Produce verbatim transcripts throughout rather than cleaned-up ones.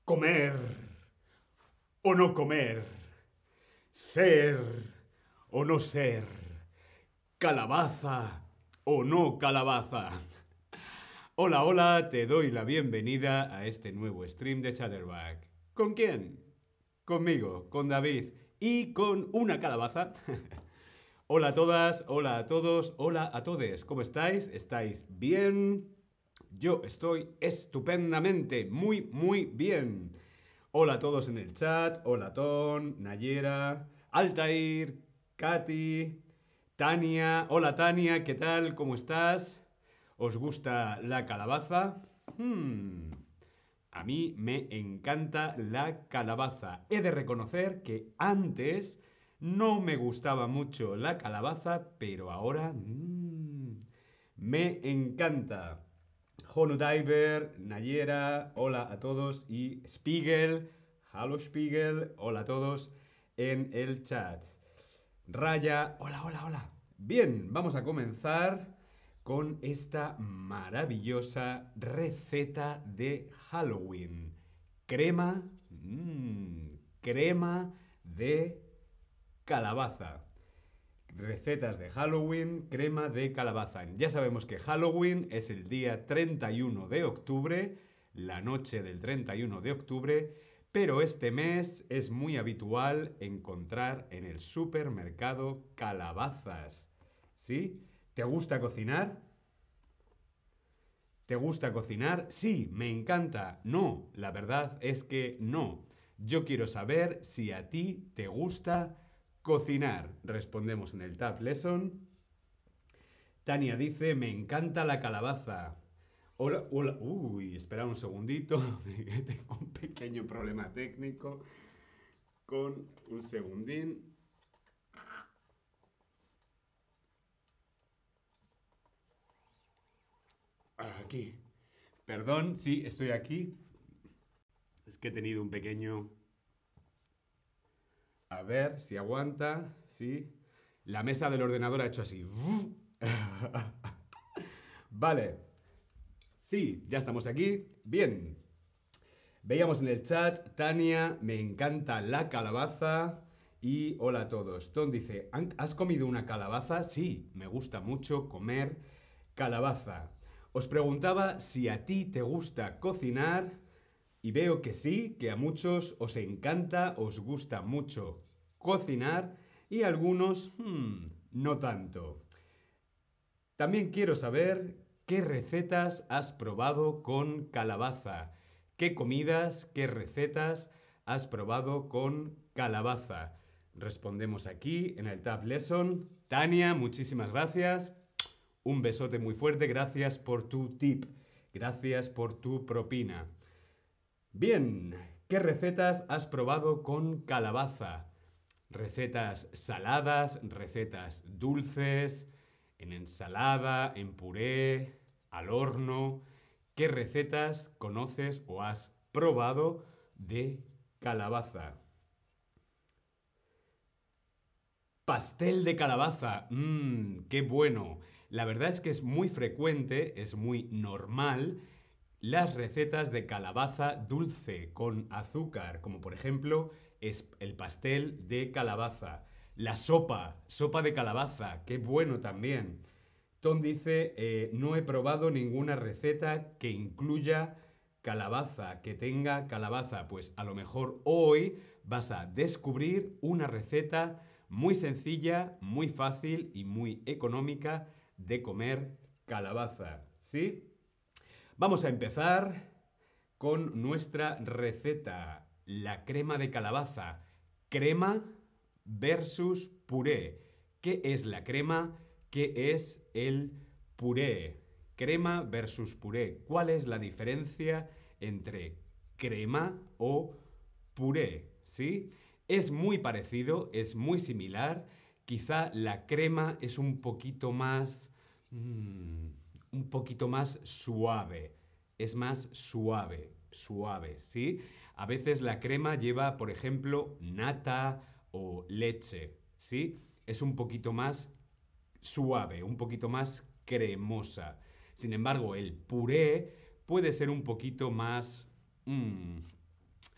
Comer o no comer. Ser o no ser. Calabaza o no calabaza. Hola, hola, te doy la bienvenida a este nuevo stream de Chatterback. ¿Con quién? Conmigo, con David y con una calabaza. Hola a todas, hola a todos, hola a todes. ¿Cómo estáis? ¿Estáis bien? Yo estoy estupendamente, muy, muy bien. Hola a todos en el chat. Hola Ton, Nayera, Altair, Katy, Tania. Hola Tania, ¿qué tal? ¿Cómo estás? ¿Os gusta la calabaza? Hmm, a mí me encanta la calabaza. He de reconocer que antes no me gustaba mucho la calabaza, pero ahora mm, me encanta. Honu Diver, Nayera, hola a todos y Spiegel, hallo Spiegel, hola a todos en el chat. Raya, hola, hola, hola. Bien, vamos a comenzar con esta maravillosa receta de Halloween. Crema, mmm, crema de calabaza. Recetas de Halloween, crema de calabaza. Ya sabemos que Halloween es el día treinta y uno de octubre, la noche del treinta y uno de octubre, pero este mes es muy habitual encontrar en el supermercado calabazas. ¿Sí? ¿Te gusta cocinar? ¿Te gusta cocinar? Sí, me encanta. No, la verdad es que no. Yo quiero saber si a ti te gusta cocinar. Respondemos en el Tab Lesson. Tania dice, me encanta la calabaza. Hola, hola. Uy, espera un segundito. Tengo un pequeño problema técnico. Con un segundín. Aquí. Perdón, sí, estoy aquí. Es que he tenido un pequeño... A ver si aguanta. Sí. La mesa del ordenador ha hecho así. Vale. Sí, ya estamos aquí. Bien. Veíamos en el chat, Tania, me encanta la calabaza. Y hola a todos. Tom dice, ¿has comido una calabaza? Sí, me gusta mucho comer calabaza. Os preguntaba si a ti te gusta cocinar y veo que sí, que a muchos os encanta, os gusta mucho cocinar y a algunos hmm, no tanto. También quiero saber qué recetas has probado con calabaza. ¿Qué comidas, qué recetas has probado con calabaza? Respondemos aquí en el Tab Lesson. Tania, muchísimas gracias. Un besote muy fuerte. Gracias por tu tip. Gracias por tu propina. Bien, ¿qué recetas has probado con calabaza? Recetas saladas, recetas dulces, en ensalada, en puré, al horno. ¿Qué recetas conoces o has probado de calabaza? Pastel de calabaza. Mmm, qué bueno. La verdad es que es muy frecuente, es muy normal las recetas de calabaza dulce con azúcar, como por ejemplo es el pastel de calabaza. La sopa, sopa de calabaza, qué bueno también. Tom dice, eh, no he probado ninguna receta que incluya calabaza, que tenga calabaza. Pues a lo mejor hoy vas a descubrir una receta muy sencilla, muy fácil y muy económica de comer calabaza. ¿Sí? Vamos a empezar con nuestra receta. La crema de calabaza. Crema versus puré. ¿Qué es la crema? ¿Qué es el puré? Crema versus puré. ¿Cuál es la diferencia entre crema o puré? ¿Sí? Es muy parecido, es muy similar. Quizá la crema es un poquito más... mmm, un poquito más suave. Es más suave, suave, ¿sí? A veces la crema lleva, por ejemplo, nata o leche, ¿sí? Es un poquito más suave, un poquito más cremosa. Sin embargo, el puré puede ser un poquito más... mmm,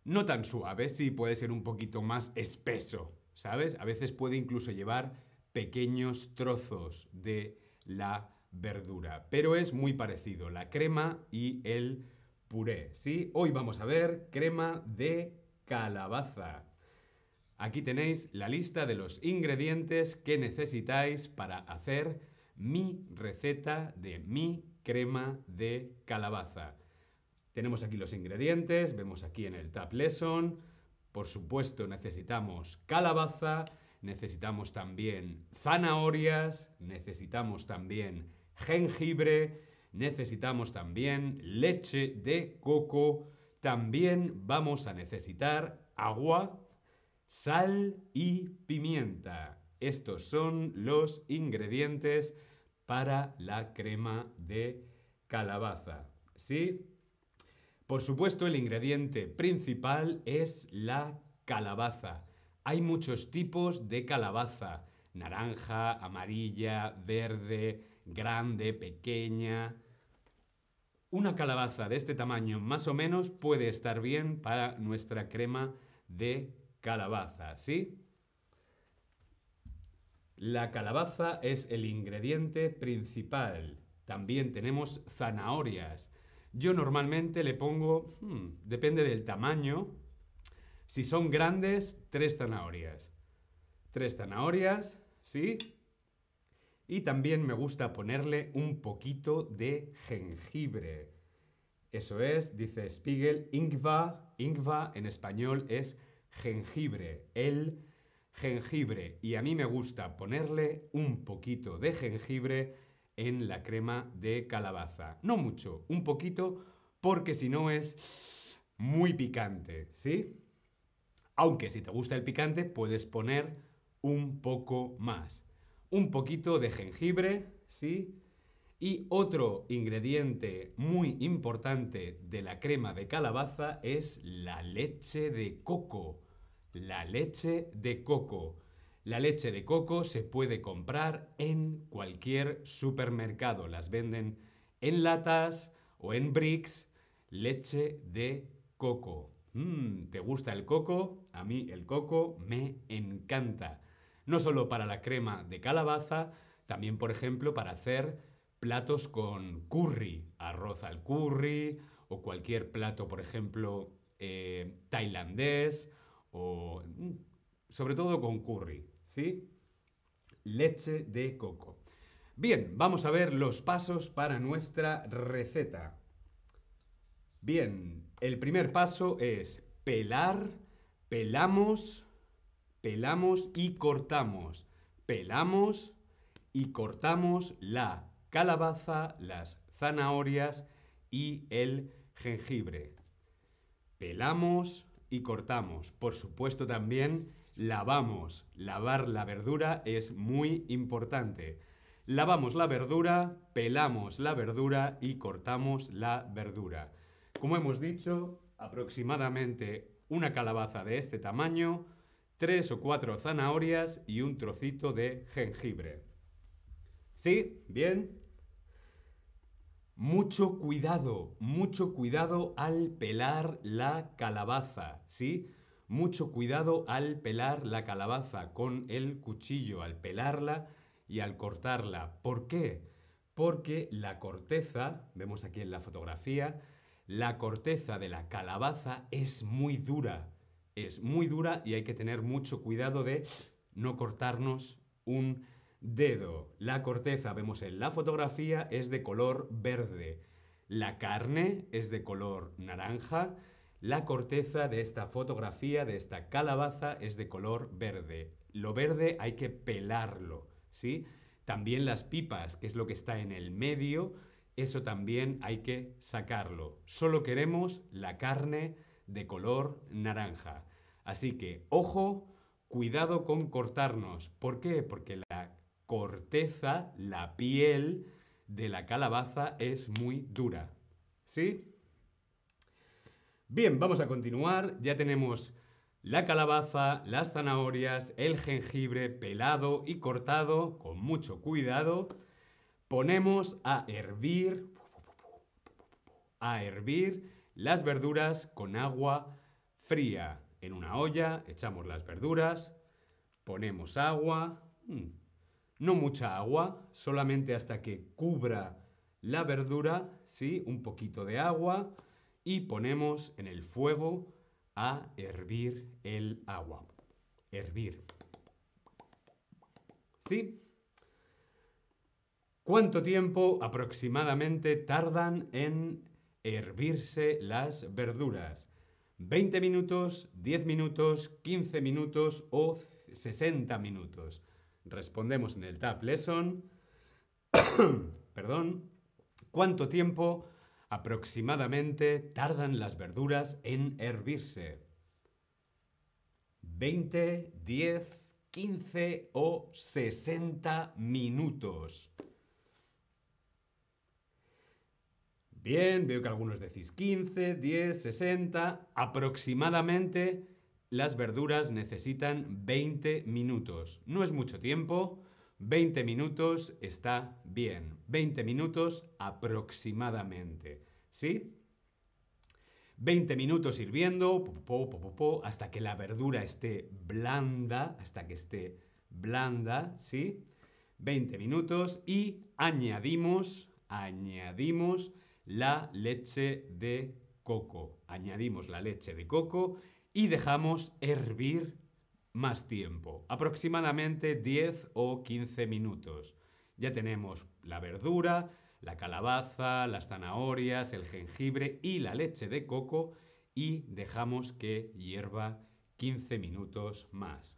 No tan suave, sí, puede ser un poquito más espeso, ¿sabes? A veces puede incluso llevar pequeños trozos de la verdura, pero es muy parecido, la crema y el puré, ¿sí? Hoy vamos a ver crema de calabaza. Aquí tenéis la lista de los ingredientes que necesitáis para hacer mi receta de mi crema de calabaza. Tenemos aquí los ingredientes, vemos aquí en el Tab Lesson. Por supuesto necesitamos calabaza, necesitamos también zanahorias, necesitamos también jengibre, necesitamos también leche de coco, también vamos a necesitar agua, sal y pimienta. Estos son los ingredientes para la crema de calabaza. ¿Sí? Por supuesto, el ingrediente principal es la calabaza. Hay muchos tipos de calabaza. Naranja, amarilla, verde, grande, pequeña. Una calabaza de este tamaño más o menos puede estar bien para nuestra crema de calabaza, ¿sí? La calabaza es el ingrediente principal. También tenemos zanahorias. Yo normalmente le pongo, hmm, depende del tamaño. Si son grandes, tres zanahorias. Tres zanahorias, ¿sí? Y también me gusta ponerle un poquito de jengibre. Eso es, dice Spiegel, Ingwer. Ingwer en español es jengibre. El jengibre. Y a mí me gusta ponerle un poquito de jengibre en la crema de calabaza. No mucho, un poquito, porque si no es muy picante, ¿sí? Aunque si te gusta el picante, puedes poner un poco más. Un poquito de jengibre, ¿sí? Y otro ingrediente muy importante de la crema de calabaza es la leche de coco. La leche de coco. La leche de coco se puede comprar en cualquier supermercado. Las venden en latas o en bricks. Leche de coco. Mm, ¿te gusta el coco? A mí el coco me encanta. No solo para la crema de calabaza, también, por ejemplo, para hacer platos con curry. Arroz al curry o cualquier plato, por ejemplo, eh, tailandés o mm, sobre todo con curry. ¿Sí? Leche de coco. Bien, vamos a ver los pasos para nuestra receta. Bien, el primer paso es pelar, pelamos, pelamos y cortamos. Pelamos y cortamos la calabaza, las zanahorias y el jengibre. Pelamos y cortamos. Por supuesto también lavamos. Lavar la verdura es muy importante. Lavamos la verdura, pelamos la verdura y cortamos la verdura. Como hemos dicho, aproximadamente una calabaza de este tamaño, tres o cuatro zanahorias y un trocito de jengibre. ¿Sí? ¿Bien? Mucho cuidado, mucho cuidado al pelar la calabaza, ¿sí? Mucho cuidado al pelar la calabaza con el cuchillo, al pelarla y al cortarla. ¿Por qué? Porque la corteza, vemos aquí en la fotografía, la corteza de la calabaza es muy dura. Es muy dura y hay que tener mucho cuidado de no cortarnos un dedo. La corteza, vemos en la fotografía, es de color verde. La carne es de color naranja. La corteza de esta fotografía, de esta calabaza, es de color verde. Lo verde hay que pelarlo, ¿sí? También las pipas, que es lo que está en el medio, eso también hay que sacarlo. Solo queremos la carne de color naranja. Así que, ojo, cuidado con cortarnos. ¿Por qué? Porque la corteza, la piel de la calabaza es muy dura. ¿Sí? Bien, vamos a continuar. Ya tenemos la calabaza, las zanahorias, el jengibre pelado y cortado con mucho cuidado. Ponemos a hervir, a hervir las verduras con agua fría. En una olla echamos las verduras, ponemos agua, mm, no mucha agua, solamente hasta que cubra la verdura, ¿sí? Un poquito de agua y ponemos en el fuego a hervir el agua. Hervir. ¿Sí? ¿Cuánto tiempo aproximadamente tardan en hervirse las verduras? ¿veinte minutos, diez minutos, quince minutos o sesenta minutos? Respondemos en el Tab Lesson. Perdón. ¿Cuánto tiempo aproximadamente tardan las verduras en hervirse? ¿veinte, diez, quince o sesenta minutos? Bien, veo que algunos decís quince, diez, sesenta. Aproximadamente las verduras necesitan veinte minutos. No es mucho tiempo. veinte minutos está bien. veinte minutos aproximadamente. ¿Sí? veinte minutos hirviendo po, po, po, po, hasta que la verdura esté blanda. Hasta que esté blanda. ¿Sí? veinte minutos y añadimos, añadimos la leche de coco. Añadimos la leche de coco y dejamos hervir más tiempo, aproximadamente diez o quince minutos. Ya tenemos la verdura, la calabaza, las zanahorias, el jengibre y la leche de coco y dejamos que hierva quince minutos más.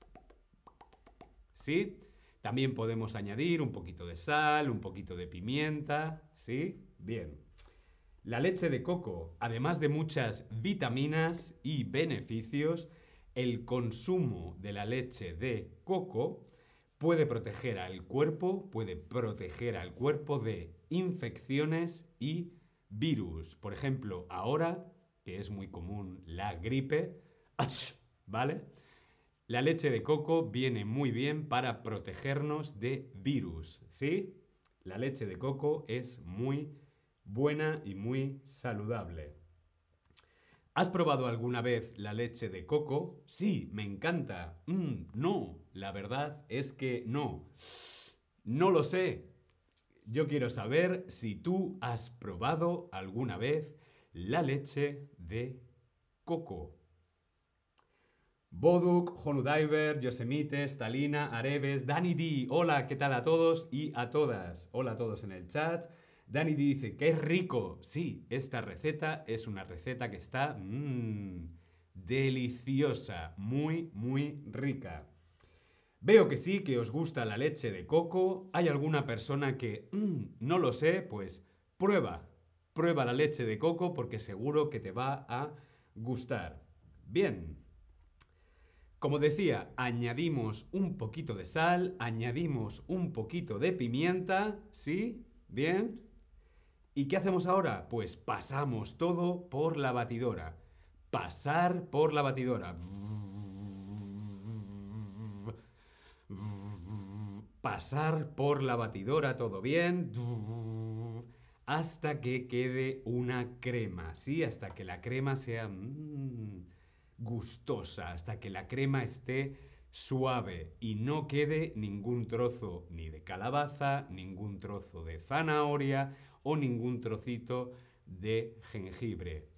¿Sí? También podemos añadir un poquito de sal, un poquito de pimienta, ¿sí? Bien. La leche de coco, además de muchas vitaminas y beneficios, el consumo de la leche de coco puede proteger al cuerpo, puede proteger al cuerpo de infecciones y virus. Por ejemplo, ahora, que es muy común la gripe, ¿vale? La leche de coco viene muy bien para protegernos de virus, ¿sí? La leche de coco es muy buena y muy saludable. ¿Has probado alguna vez la leche de coco? Sí, me encanta. Mm, no, la verdad es que no. No lo sé. Yo quiero saber si tú has probado alguna vez la leche de coco. Boduk, Honudiver, Yosemite, Stalina, Areves, Dani D. Hola, ¿qué tal a todos y a todas? Hola a todos en el chat. Dani D dice, ¡qué rico! Sí, esta receta es una receta que está mmm, deliciosa, muy, muy rica. Veo que sí, que os gusta la leche de coco. ¿Hay alguna persona que mmm, no lo sé? Pues prueba, prueba la leche de coco porque seguro que te va a gustar. Bien. Como decía, añadimos un poquito de sal, añadimos un poquito de pimienta, ¿sí? Bien. ¿Y qué hacemos ahora? Pues pasamos todo por la batidora. Pasar por la batidora. Pasar por la batidora, todo bien. Hasta que quede una crema, ¿sí? Hasta que la crema sea mmm, gustosa, hasta que la crema esté suave y no quede ningún trozo ni de calabaza, ningún trozo de zanahoria o ningún trocito de jengibre.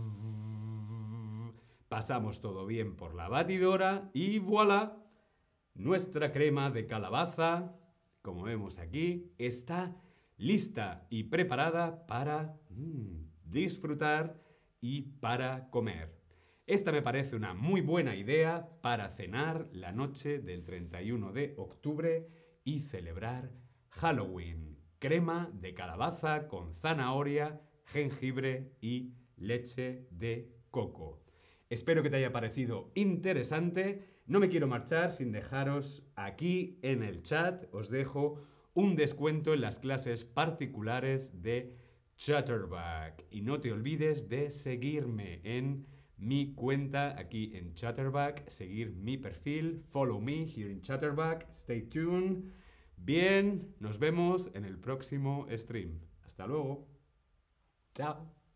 Pasamos todo bien por la batidora y voilà, nuestra crema de calabaza, como vemos aquí, está lista y preparada para mmm, disfrutar y para comer. Esta me parece una muy buena idea para cenar la noche del treinta y uno de octubre y celebrar Halloween. Crema de calabaza con zanahoria, jengibre y leche de coco. Espero que te haya parecido interesante. No me quiero marchar sin dejaros aquí en el chat. Os dejo un descuento en las clases particulares de Chatterback. Y no te olvides de seguirme en mi cuenta aquí en Chatterback, seguir mi perfil, follow me here in Chatterback, stay tuned. Bien, nos vemos en el próximo stream. Hasta luego. Chao.